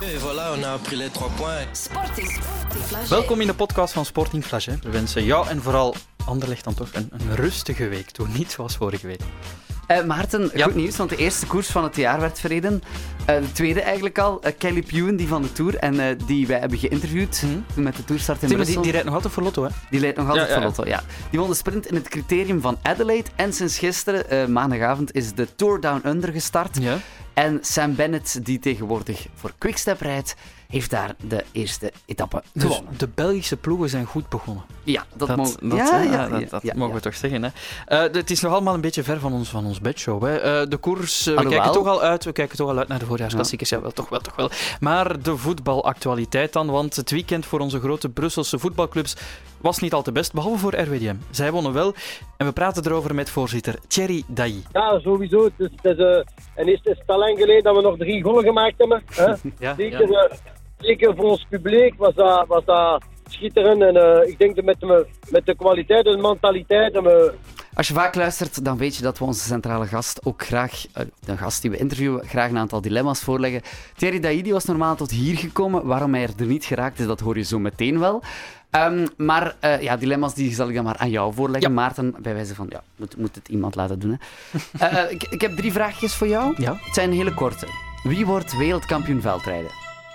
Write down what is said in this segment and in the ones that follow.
Et voilà, on a pris les 3 points. Sporting Flash. Welkom in de podcast van Sporting Flash. We wensen jou en vooral Anderlecht dan toch een rustige week. Doe niet zoals vorige week. Maarten, goed nieuws, want de eerste koers van het jaar werd verreden. De tweede eigenlijk al. Kelly Puen, die van de Tour. En die wij hebben geïnterviewd toen met de Tourstart in Brussel. Die rijdt nog altijd voor Lotto, hè? Die rijdt nog altijd voor Lotto, ja. Die won de sprint in het criterium van Adelaide. En sinds gisteren, maandagavond, is de Tour Down Under gestart. Ja. En Sam Bennett, die tegenwoordig voor Quickstep rijdt, heeft daar de eerste etappe gewonnen. Dus de Belgische ploegen zijn goed begonnen. Ja, dat mogen we toch zeggen. Hè? Het is nog allemaal een beetje ver van ons bedshow. Hè? De koers, we kijken toch al uit naar de voorjaarsklassiekers. Ja, wel, toch wel. Maar de voetbalactualiteit dan, want het weekend voor onze grote Brusselse voetbalclubs was niet al te best, behalve voor RWDM. Zij wonnen wel en we praten erover met voorzitter Thierry Dailly. Ja, sowieso. Het is al lang geleden dat we nog 3 goals gemaakt hebben. Hè? Zeker voor ons publiek was dat schitterend. En ik denk dat met de kwaliteit en de mentaliteit... Als je vaak luistert, dan weet je dat we onze centrale gast ook graag, de gast die we interviewen, graag een aantal dilemma's voorleggen. Thierry Dailly was normaal tot hier gekomen. Waarom hij er niet geraakt is, dat hoor je zo meteen wel. Maar dilemma's die zal ik dan maar aan jou voorleggen. Ja. Maarten, bij wijze van, moet het iemand laten doen. Hè? Ik heb 3 vraagjes voor jou. Ja. Het zijn hele korte. Wie wordt wereldkampioen veldrijden?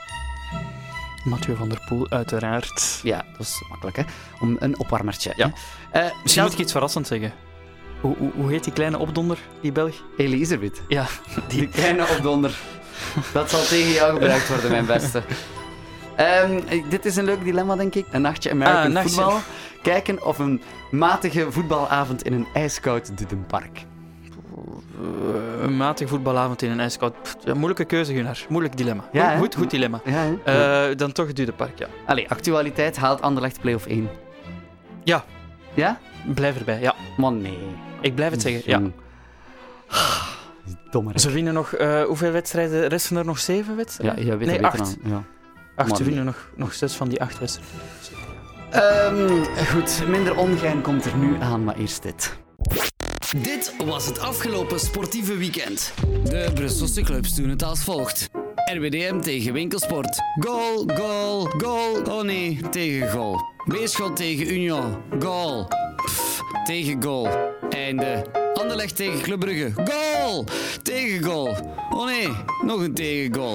Mathieu van der Poel, uiteraard. Ja, dat is makkelijk, hè? Om een opwarmertje. Ja. Misschien moet ik iets verrassends zeggen. Hoe heet die kleine opdonder, die Belg? Elisabeth. Ja. Die kleine opdonder. Dat zal tegen jou gebruikt worden, mijn beste. Dit is een leuk dilemma, denk ik. Een nachtje American voetbal. Kijken of een matige voetbalavond in een ijskoud Dudenpark. Een matige voetbalavond in een ijskoud... Moeilijke keuze, Gunnar. Moeilijk dilemma. Ja, goed dilemma. Ja. Dan toch Dudenpark, ja. Allee, actualiteit haalt Anderlecht play-off 1. Ja. Ja? Blijf erbij, ja. Man, nee. Ik blijf het zeggen, ja. Dommer. Ze winnen nog... hoeveel wedstrijden? Resten er nog 7 wedstrijden? Ja, weet 8. Ja. 8. Ze winnen nog 6 van die 8 wedstrijden. Goed, minder ongein komt er nu aan, maar eerst dit. Dit was het afgelopen sportieve weekend. De Brusselse clubs doen het als volgt. RWDM tegen Winkelsport. Goal, goal, goal. Oh nee, tegen goal. Beerschot tegen Union. Goal. Tegen goal. Einde. Anderlecht tegen Club Brugge. Goal. Tegen goal. Oh nee, nog een tegen goal.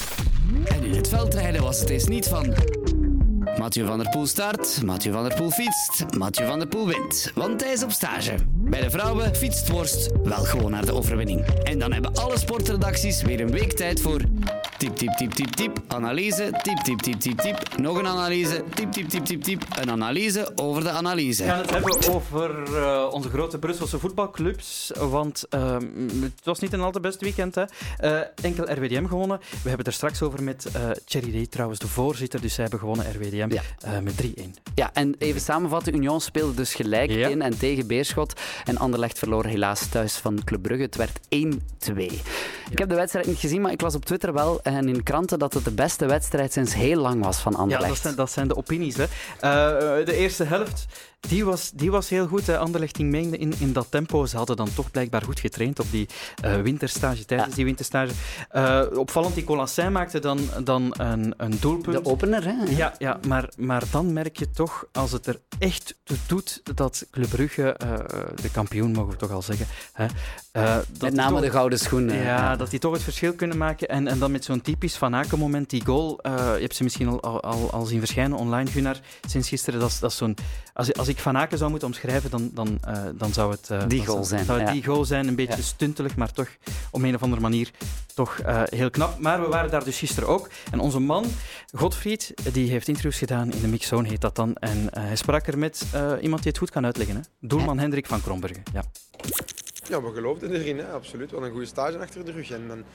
En in het veldrijden was het eens niet van... Mathieu van der Poel start, Mathieu van der Poel fietst, Mathieu van der Poel wint. Want hij is op stage. Bij de vrouwen fietst Worst wel gewoon naar de overwinning. En dan hebben alle sportredacties weer een week tijd voor... Tip, tip, tip, tip, tip, analyse, tip, tip, tip, tip, tip, nog een analyse, tip, tip, tip, tip, tip, een analyse over de analyse. We gaan het hebben over onze grote Brusselse voetbalclubs, want het was niet een al te best weekend. Hè. Enkel RWDM gewonnen. We hebben er straks over met Thierry Dailly, trouwens de voorzitter, dus zij hebben gewonnen RWDM met 3-1. Ja, en even samenvatten, Union speelde dus gelijk in en tegen Beerschot en Anderlecht verloor helaas thuis van Club Brugge. Het werd 1-2. Ik heb de wedstrijd niet gezien, maar ik las op Twitter wel en in kranten dat het de beste wedstrijd sinds heel lang was van Anderlecht. Ja, dat zijn de opinies. Hè. De eerste helft, die was heel goed. Hè. Anderlecht ging mee in dat tempo. Ze hadden dan toch blijkbaar goed getraind op die winterstage, tijdens die winterstage. Opvallend, die Colassin maakte dan een doelpunt. De opener, hè? Ja, maar dan merk je toch, als het er echt toe doet, dat Club Brugge, de kampioen mogen we toch al zeggen, hè, met name de gouden schoen. Dat die toch het verschil kunnen maken. En dan met zo'n typisch Van Aken moment, die goal, je hebt ze misschien al zien verschijnen online, Gunnar, sinds gisteren. Dat is zo'n... Als ik Van Aken zou moeten omschrijven, dan zou het... die goal zijn. Zou het die goal zijn, een beetje stuntelig, maar toch op een of andere manier toch heel knap. Maar we waren daar dus gisteren ook. En onze man, Godfried, die heeft interviews gedaan in de Mixzone, heet dat dan. En hij sprak er met iemand die het goed kan uitleggen. Hè? Doelman Hendrik van Krombergen. Ja. Ja, we geloofden erin, hè? Absoluut. We hadden een goede stage achter de rug. En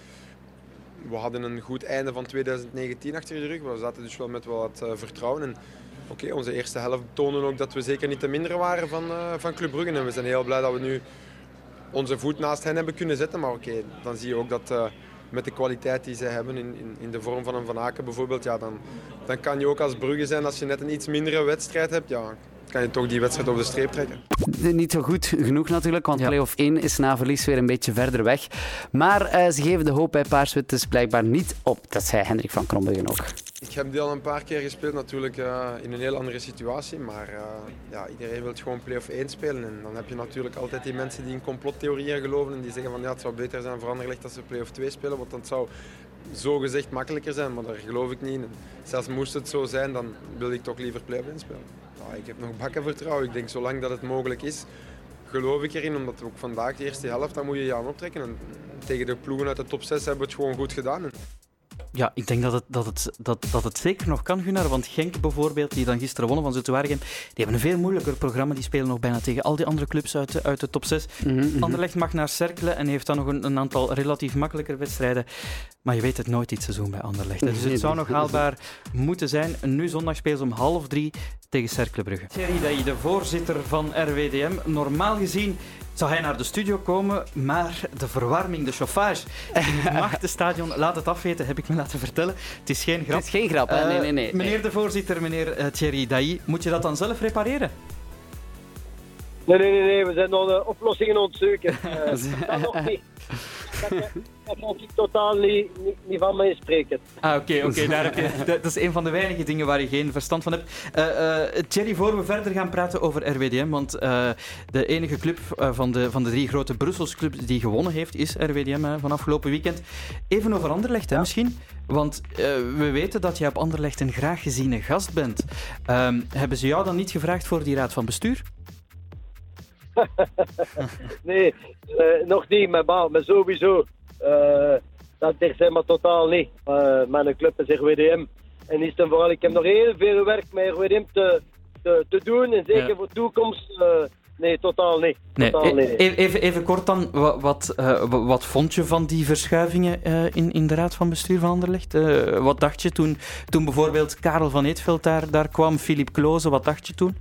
we hadden een goed einde van 2019 achter de rug. We zaten dus wel met wat vertrouwen. En onze eerste helft tonen ook dat we zeker niet te minderen waren van Club Brugge. En we zijn heel blij dat we nu onze voet naast hen hebben kunnen zetten. Maar dan zie je ook dat met de kwaliteit die zij hebben in de vorm van een Van Aken bijvoorbeeld, dan kan je ook als Brugge zijn als je net een iets mindere wedstrijd hebt. Ja, kan je toch die wedstrijd op de streep trekken. Niet zo goed genoeg natuurlijk, want play-off 1 is na verlies weer een beetje verder weg. Maar ze geven de hoop bij Paars-Wit dus blijkbaar niet op. Dat zei Hendrik van Krombruggen ook. Ik heb die al een paar keer gespeeld, natuurlijk in een heel andere situatie. Maar iedereen wil gewoon play-off 1 spelen. En dan heb je natuurlijk altijd die mensen die in complottheorieën geloven en die zeggen van het zou beter zijn voor Anderlecht dat ze play-off 2 spelen, want dat zou zogezegd makkelijker zijn, maar daar geloof ik niet in. Zelfs moest het zo zijn, dan wil ik toch liever play-off 1 spelen. Ik heb nog bakken vertrouwen. Ik denk zolang dat het mogelijk is, geloof ik erin. Omdat ook vandaag de eerste helft, daar moet je je aan optrekken. En tegen de ploegen uit de top 6 hebben we het gewoon goed gedaan. Ja, ik denk dat het zeker nog kan, Gunnar. Want Genk bijvoorbeeld, die dan gisteren wonnen van Zulte Waregem, die hebben een veel moeilijker programma. Die spelen nog bijna tegen al die andere clubs uit de top 6. Anderlecht mag naar Cercle en heeft dan nog een aantal relatief makkelijker wedstrijden. Maar je weet het nooit dit seizoen bij Anderlecht. Dus het zou nog haalbaar moeten zijn. Nu zondag spelen ze om 2:30 tegen Cercle Brugge. Thierry Dailly, de voorzitter van RWDM. Normaal gezien zou hij naar de studio komen, maar de verwarming, de chauffage in het Machtenstadion laat het afweten, heb ik me laten vertellen. Het is geen grap. Het is geen grap, hè? Nee. Meneer de voorzitter, meneer Thierry Dailly, moet je dat dan zelf repareren? Nee, we zijn nog oplossingen aan het zoeken. Dat nog niet. Dat kan ik totaal niet van mij spreken. Oké. Dat is een van de weinige dingen waar je geen verstand van hebt. Thierry, voor we verder gaan praten over RWDM, want de enige club van de 3 grote Brusselse clubs die gewonnen heeft, is RWDM van afgelopen weekend. Even over Anderlecht, hè, misschien? Want we weten dat jij op Anderlecht een graag geziene gast bent. Hebben ze jou dan niet gevraagd voor die raad van bestuur? Nee, nog niet, maar sowieso. Dat zijn maar totaal niet. Mijn club is RWDM. En is dan vooral, ik heb nog heel veel werk met RWDM te doen. En zeker voor de toekomst. Nee, totaal niet. Even kort dan, wat vond je van die verschuivingen in de raad van bestuur van Anderlecht? Wat dacht je toen bijvoorbeeld Karel van Eetveld daar kwam, Philippe Kloze, wat dacht je toen?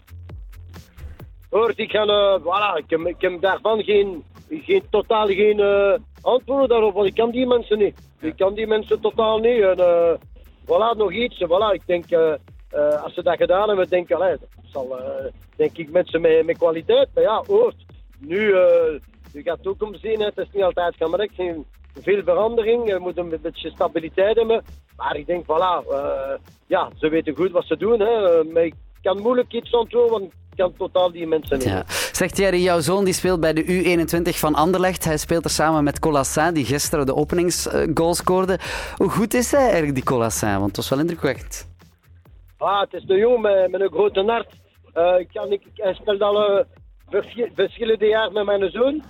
Hoort, ik heb daarvan totaal geen antwoorden daarop, want ik kan die mensen niet. Ik kan die mensen totaal niet. En nog iets. Ik denk, als ze dat gedaan hebben, denk ik, dat zal denk ik mensen met kwaliteit. Maar ja, hoort. Nu, je gaat toekomst zien, het is niet altijd gemakkelijk. Er zijn veel verandering, je moet een beetje stabiliteit hebben. Maar ik denk, ze weten goed wat ze doen. Hè. Maar ik kan moeilijk iets antwoorden, want kan totaal die mensen niet. Ja. Zegt Thierry, jouw zoon die speelt bij de U21 van Anderlecht. Hij speelt er samen met Colassin, die gisteren de openingsgoal scoorde. Hoe goed is hij eigenlijk, die Colassin? Want het was wel indrukwekkend. Het is een jongen met een grote hart. Hij speelt al verschillende jaren met mijn zoon.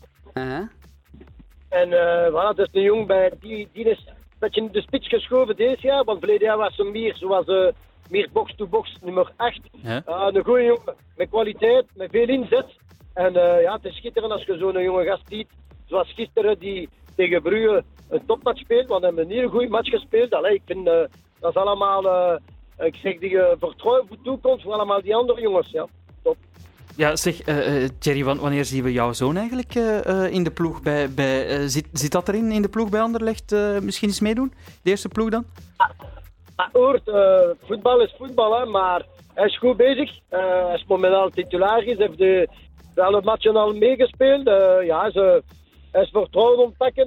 En dat is een jongen die is een beetje in de spits geschoven deze jaar. Want verleden jaar was hij meer box-to-box, nummer 8. Ja. Een goede jongen, met kwaliteit, met veel inzet. En het is schitterend als je zo'n jonge gast ziet. Zoals gisteren die tegen Brugge een topmatch speelt, want hij heeft een hele goede match gespeeld. Ik vind dat is allemaal, ik zeg die vertrouwen voor de toekomst voor allemaal die andere jongens. Ja, top. Ja, zeg, Thierry, wanneer zien we jouw zoon eigenlijk in de ploeg? Zit dat erin in de ploeg bij Anderlecht misschien eens meedoen? De eerste ploeg dan? Hoort, voetbal is voetbal, hè, maar hij is goed bezig. Hij is momentaal titularis, heeft alle matchen al meegespeeld. Hij is vertrouwen ontdekken.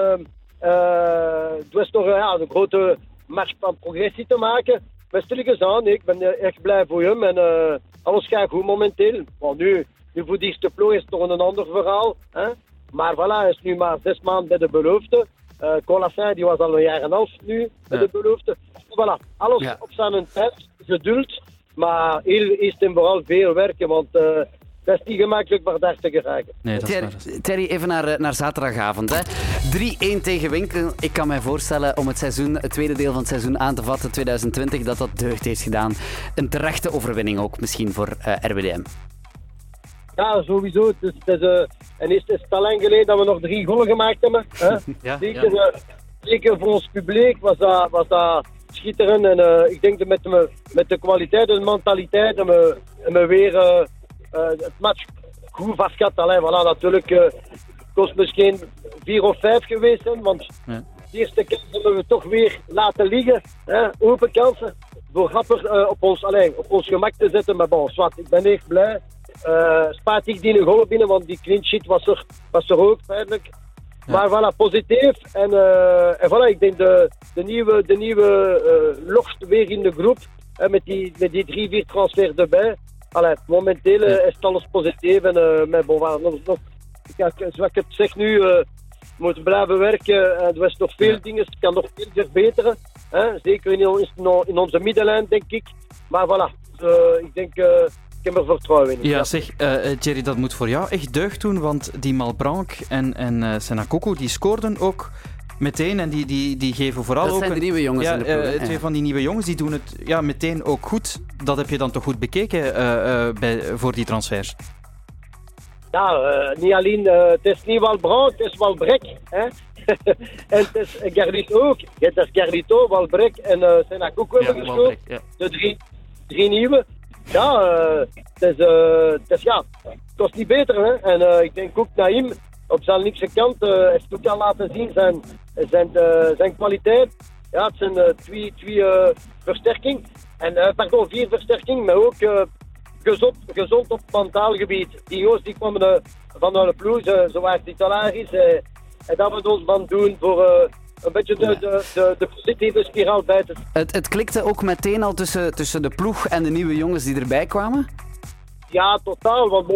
Het was toch een grote match van progressie te maken. Maar stilletjes aan, ik ben echt blij voor hem en alles gaat goed momenteel. Maar nu voor die eerste ploeg is het toch een ander verhaal. Hè? Maar hij is nu maar 6 maanden bij de belofte. Colassin die was al een jaar en een half nu bij de belofte. Alles op zijn tijd, geduld, maar eerst en vooral veel werken, want dat is niet gemakkelijk maar daar te geraken. Nee, Thierry, even naar zaterdagavond. 3-1 tegen Winkel. Ik kan mij voorstellen om het tweede deel van het seizoen aan te vatten, 2020, dat deugd heeft gedaan. Een terechte overwinning ook misschien voor RWDM. Ja, sowieso. Het is al lang geleden dat we nog 3 goals gemaakt hebben. Hè? Zeker voor ons publiek was dat schitterend. En ik denk dat met de kwaliteit en de mentaliteit hebben we weer het match goed vast gehad. Natuurlijk kost misschien 4 of 5 geweest zijn, want de eerste kans hebben we toch weer laten liggen. Hè? Open kansen. voor Gapper op ons gemak te zetten. Maar bon, zwart, ik ben echt blij. Spatig die een goal binnen, want die clean sheet was er ook feitelijk. Ja. Maar voilà, positief. En voilà, ik denk de nieuwe lucht weer in de groep. Met die 3-4 transfers erbij. Allee, momenteel is het alles positief. En met bon, zoals ik het zeg nu, we moeten blijven werken. Er is nog veel dingen, het kan nog veel verbeteren. Zeker in onze middenlijn, denk ik. Maar voilà, ik denk... ik heb er vertrouwen in. Ja, zeg, Thierry, dat moet voor jou echt deugd doen, want die Malbranc en Senakoko, die scoorden ook meteen en die geven vooral ook... Dat zijn de nieuwe jongens in de ploeg. Twee van die nieuwe jongens, die doen het meteen ook goed. Dat heb je dan toch goed bekeken voor die transfers? Ja, niet alleen, het is niet Walbranc, het is Walbrek. Hè? En het is Garlito ook. Het is Garlito, Walbrek en Senakoko hebben gescoord. Ja. De drie nieuwe. Ja, het kost niet beter. Hè? En ik denk ook Naïm op zijn linkse kant heeft ook al laten zien zijn kwaliteit. Ja, het zijn twee versterking. En, vier versterking, maar ook gezond op mentaal gebied. Die jongens die kwamen vanuit de ploeg, zoals die Talaris. En dat we ons van doen voor... een beetje de positieve spiraal bijten. Het klikte ook meteen al tussen de ploeg en de nieuwe jongens die erbij kwamen? Ja, totaal. Want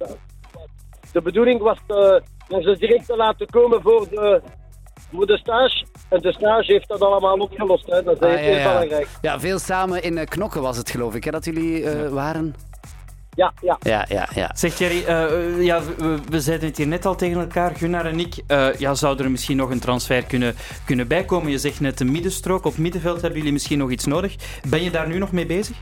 de bedoeling was om ze direct te laten komen voor de stage. En de stage heeft dat allemaal opgelost. Hè. Dat is heel belangrijk. Ja, veel samen in Knokke was het, geloof ik, hè, dat jullie waren... Ja. Zeg Thierry, we zeiden het hier net al tegen elkaar, Gunnar en ik. Zou er misschien nog een transfer kunnen bijkomen? Je zegt net de middenstrook. Op middenveld hebben jullie misschien nog iets nodig. Ben je daar nu nog mee bezig?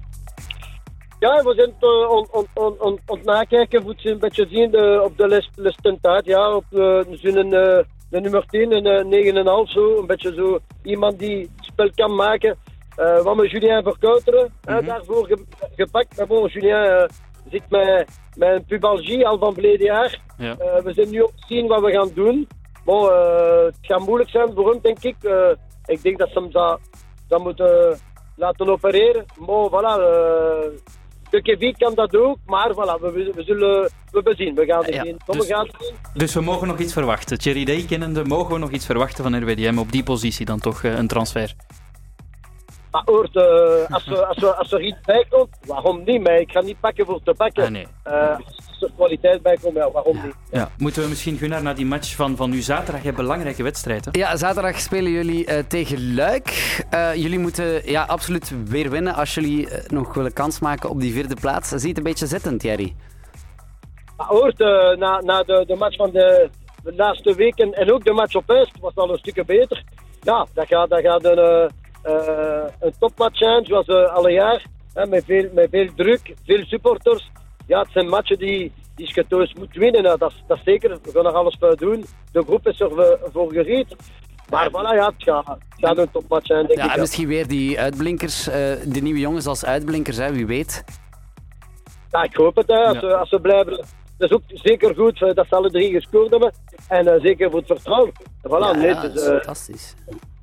Ja, we zijn aan het nakijken. Moet je een beetje zien op de listentaat. Ja, op de nummer 10 en 9,5 zo. Een beetje zo iemand die het spel kan maken. Wat met Julien Verkouteren daarvoor gepakt. Maar bon, Julien zit met een pubalgie al van verleden jaar. Ja. We zijn nu op te zien wat we gaan doen. Bon, het gaat moeilijk zijn voor hem, denk ik. Ik denk dat ze hem dat moeten laten opereren. Bon, voilà. De Kevin kan dat ook, maar voilà, we zullen zien. We gaan het zien. Dus we mogen nog iets verwachten. Thierry Day kennende, mogen we nog iets verwachten van RWDM op die positie dan toch een transfer? Maar hoort, als er iets bij komt, waarom niet? Maar ik ga niet pakken voor te pakken. Nee. Als er kwaliteit bij komt, waarom niet? Ja. Moeten we misschien, Gunnar, naar die match van nu zaterdag, een belangrijke wedstrijd, hè? Ja, zaterdag spelen jullie tegen Luik. Jullie moeten absoluut weer winnen als jullie nog willen kans maken op die 4e plaats. Dat ziet een beetje zitten, Thierry. Maar hoort, na de match van de laatste weken en ook de match op Est was al een stukje beter. Ja, dat gaat een topmatch zijn, zoals alle jaar. Met veel druk, veel supporters. Ja, het zijn matchen die Schetoos moet winnen. Dat is zeker. We gaan er alles voor doen. De groep is er voor gereed. Maar voilà, ja, het gaat een topmatch zijn, denk ik. Ja, en misschien weer die uitblinkers, de nieuwe jongens als uitblinkers, hè, wie weet. Ja, ik hoop het. Hè, als ze blijven. Dat is ook zeker goed dat ze alle 3 gescoord hebben. En zeker voor het vertrouwen. Voilà, dat is fantastisch.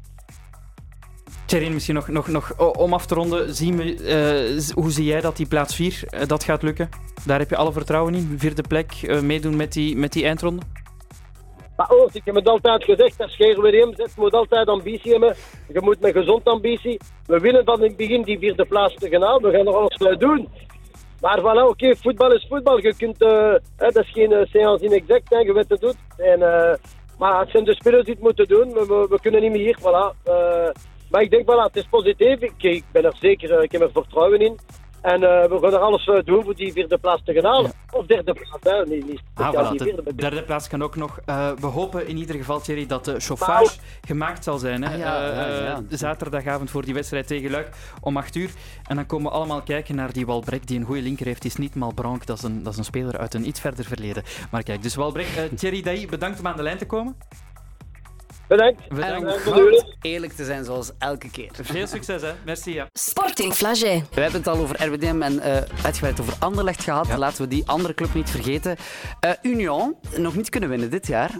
Thierry, misschien nog om af te ronden, hoe zie jij dat die plaats 4 dat gaat lukken? Daar heb je alle vertrouwen in? 4e plek, meedoen met die eindronde? Maar ik heb het altijd gezegd, als je RWDM zet, je moet altijd ambitie hebben. Je moet met gezond ambitie. We willen van in het begin die 4e plaats te gaan halen. We gaan er alles voor doen. Maar voilà, oké, voetbal is voetbal. Je kunt, dat is geen séance inexact, je weet het doet. Maar het zijn de spelers die het moeten doen. We kunnen niet meer, voilà. Maar ik denk, voilà, het is positief. Ik ben er zeker, ik heb er vertrouwen in. En we gaan er alles doen voor die 4e plaats te gaan halen. Ja. Of 3e plaats, hè. Niet voilà, de 3e plaats kan ook nog. We hopen in ieder geval, Thierry, dat de chauffage gemaakt zal zijn. Hè. Zaterdagavond voor die wedstrijd tegen Luik om 8:00. En dan komen we allemaal kijken naar die Walbrek, die een goede linker heeft. Het is niet Malbranc, dat is een speler uit een iets verder verleden. Maar kijk, dus Walbrek, Thierry Day, bedankt om aan de lijn te komen. Bedankt. Eerlijk te zijn zoals elke keer. Veel succes, hè. Merci. Ja. Sporting Flagey. We hebben het al over RWDM en uitgebreid over Anderlecht gehad. Ja. Laten we die andere club niet vergeten. Union, nog niet kunnen winnen dit jaar.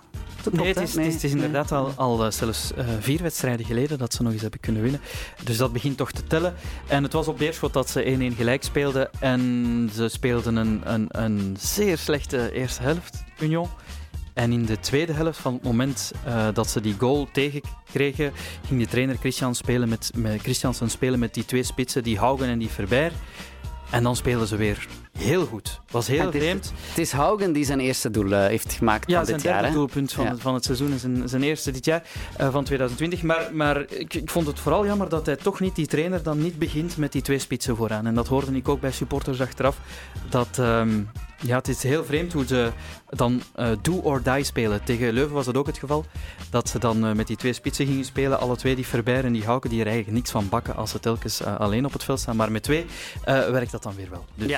klopt. Nee, het is inderdaad al zelfs 4 wedstrijden geleden dat ze nog eens hebben kunnen winnen. Dus dat begint toch te tellen. En het was op Beerschot dat ze 1-1 gelijk speelden. En ze speelden een zeer slechte eerste helft, Union. En in de tweede helft, van het moment dat ze die goal tegenkregen, ging de trainer Christiansen spelen met die 2 spitsen, die Haugen en die Verbeer. En dan spelen ze weer heel goed. Het was heel vreemd. Het is Haugen die zijn eerste doel heeft gemaakt van dit jaar. Ja, zijn derde doelpunt van het seizoen en zijn eerste dit jaar, van 2020. Maar ik vond het vooral jammer dat hij toch niet, die trainer, dan niet begint met die 2 spitsen vooraan. En dat hoorde ik ook bij supporters achteraf. Dat... het is heel vreemd hoe ze dan do or die spelen. Tegen Leuven was dat ook het geval. Dat ze dan met die 2 spitsen gingen spelen. Alle 2, die Verbeer en die Hauke, die er eigenlijk niks van bakken als ze telkens alleen op het veld staan. Maar met 2 werkt dat dan weer wel. Dus,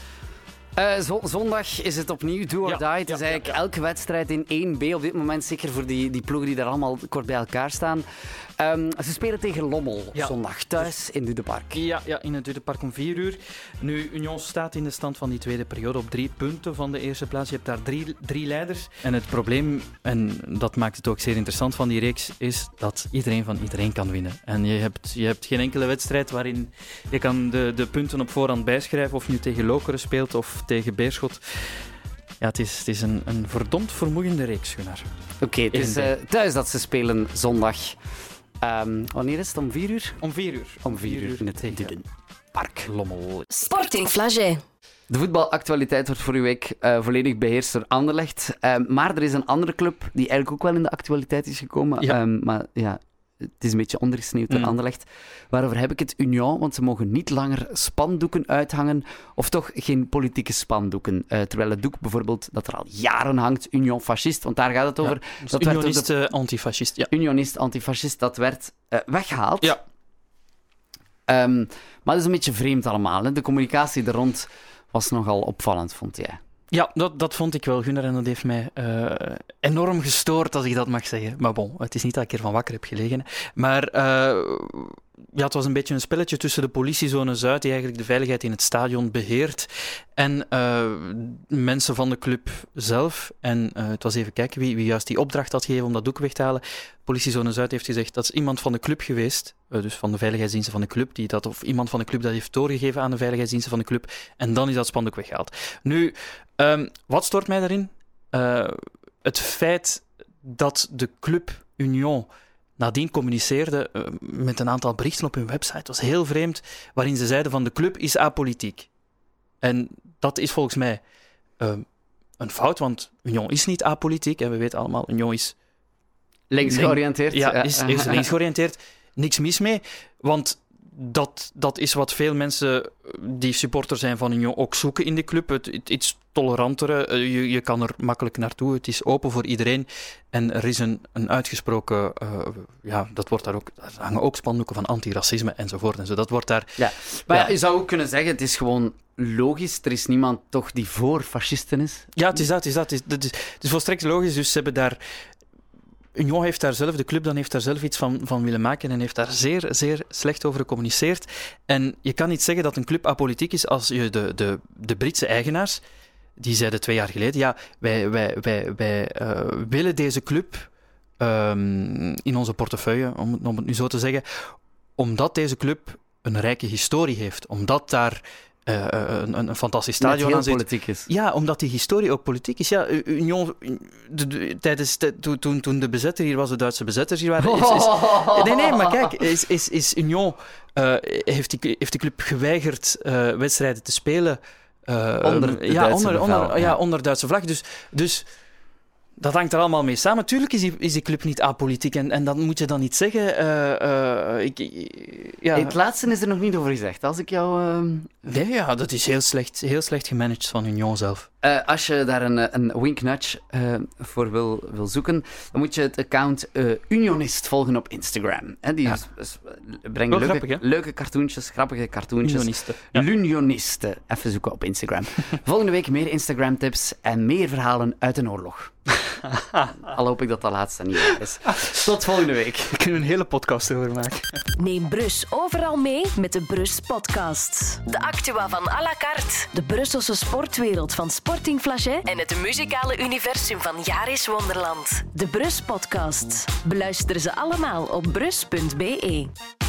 zondag is het opnieuw do or die. Het is eigenlijk elke wedstrijd in 1B op dit moment. Zeker voor die ploegen die daar allemaal kort bij elkaar staan. Ze spelen tegen Lommel zondag thuis in Dudepark. Ja, in het Dudepark om 4 uur. Nu, Union staat in de stand van die tweede periode op 3 punten van de eerste plaats. Je hebt daar 3 leiders. En het probleem, en dat maakt het ook zeer interessant van die reeks, is dat iedereen van iedereen kan winnen. En je hebt geen enkele wedstrijd waarin je kan de punten op voorhand bijschrijven, of je nu tegen Lokeren speelt of tegen Beerschot. Ja, het is een verdomd vermoeiende reeks, Gunnar. Oké, het is thuis dat ze spelen zondag. Wanneer is het? Om 4 uur? Om 4 uur. Om 4 uur in het Dudenpark. Lommel. Sporting Flagey. De voetbalactualiteit wordt voor uw week volledig beheerst door Anderlecht. Maar er is een andere club die eigenlijk ook wel in de actualiteit is gekomen. Ja. Maar ja, het is een beetje ondergesneeuwd door Anderlecht. Waarover heb ik het? Union, want ze mogen niet langer spandoeken uithangen, of toch geen politieke spandoeken. Terwijl het doek bijvoorbeeld dat er al jaren hangt, Union fascist, want daar gaat het over. Dus dat unionist antifascist. Ja. Unionist antifascist, dat werd weggehaald. Ja. Maar dat is een beetje vreemd allemaal. Hè? De communicatie er rond was nogal opvallend, vond jij? Ja, dat vond ik wel, Gunnar, en dat heeft mij enorm gestoord, als ik dat mag zeggen. Maar bon, het is niet dat ik ervan wakker heb gelegen. Maar het was een beetje een spelletje tussen de politiezone Zuid, die eigenlijk de veiligheid in het stadion beheert, en mensen van de club zelf. En het was even kijken wie juist die opdracht had gegeven om dat doek weg te halen. Politiezone Zuid heeft gezegd dat is iemand van de club geweest, dus van de veiligheidsdiensten van de club, of iemand van de club dat heeft doorgegeven aan de veiligheidsdiensten van de club. En dan is dat spandoek weggehaald. Nu, wat stoort mij daarin? Het feit dat de club Union nadien communiceerde met een aantal berichten op hun website. Het was heel vreemd, waarin ze zeiden van de club is apolitiek. En dat is volgens mij een fout, want Union is niet apolitiek. En we weten allemaal, Union is links georiënteerd. Is links georiënteerd. Niks mis mee, want dat is wat veel mensen die supporter zijn van Union ook zoeken in de club. Het iets tolerantere, je kan er makkelijk naartoe, het is open voor iedereen. En er is een uitgesproken, dat wordt daar ook, er hangen ook spandoeken van antiracisme enzovoort. En zo. Dat wordt daar... Ja. Maar je zou ook kunnen zeggen, het is gewoon logisch. Er is niemand toch die voor fascisten is? Ja, het is volstrekt logisch. Dus ze hebben daar... Union heeft daar zelf, de club dan heeft daar zelf iets van willen maken en heeft daar zeer, zeer slecht over gecommuniceerd. En je kan niet zeggen dat een club apolitiek is als je de Britse eigenaars, die zeiden 2 jaar geleden, ja, wij willen deze club in onze portefeuille, om het nu zo te zeggen, omdat deze club een rijke historie heeft, omdat daar een fantastisch stadion aan zit. Politiek is. Ja, omdat die historie ook politiek is. Ja, Union, toen de bezetter hier was, de Duitse bezetters hier waren... Nee, maar kijk, is Union... heeft de club geweigerd wedstrijden te spelen... onder Duitse vlag. Dus dat hangt er allemaal mee samen. Tuurlijk is die club niet apolitiek en dat moet je dan niet zeggen. Het laatste is er nog niet over gezegd. Als ik jou... Nee, dat is heel slecht gemanaged van Union zelf. Als je daar een wink-nudge voor wil zoeken, dan moet je het account Unionist volgen op Instagram. Die brengen leuke cartoontjes, grappige cartoontjes. L'Unionisten. Even zoeken op Instagram. Volgende week meer Instagram-tips en meer verhalen uit een oorlog. Al hoop ik dat laatste niet waar is. Tot volgende week. Daar kunnen we een hele podcast over maken. Neem Brus overal mee met de Brus Podcast. De actua van à la carte, de Brusselse sportwereld van Sporting Flagey en het muzikale universum van Jaris Wonderland. De Brus Podcast. Beluister ze allemaal op brus.be.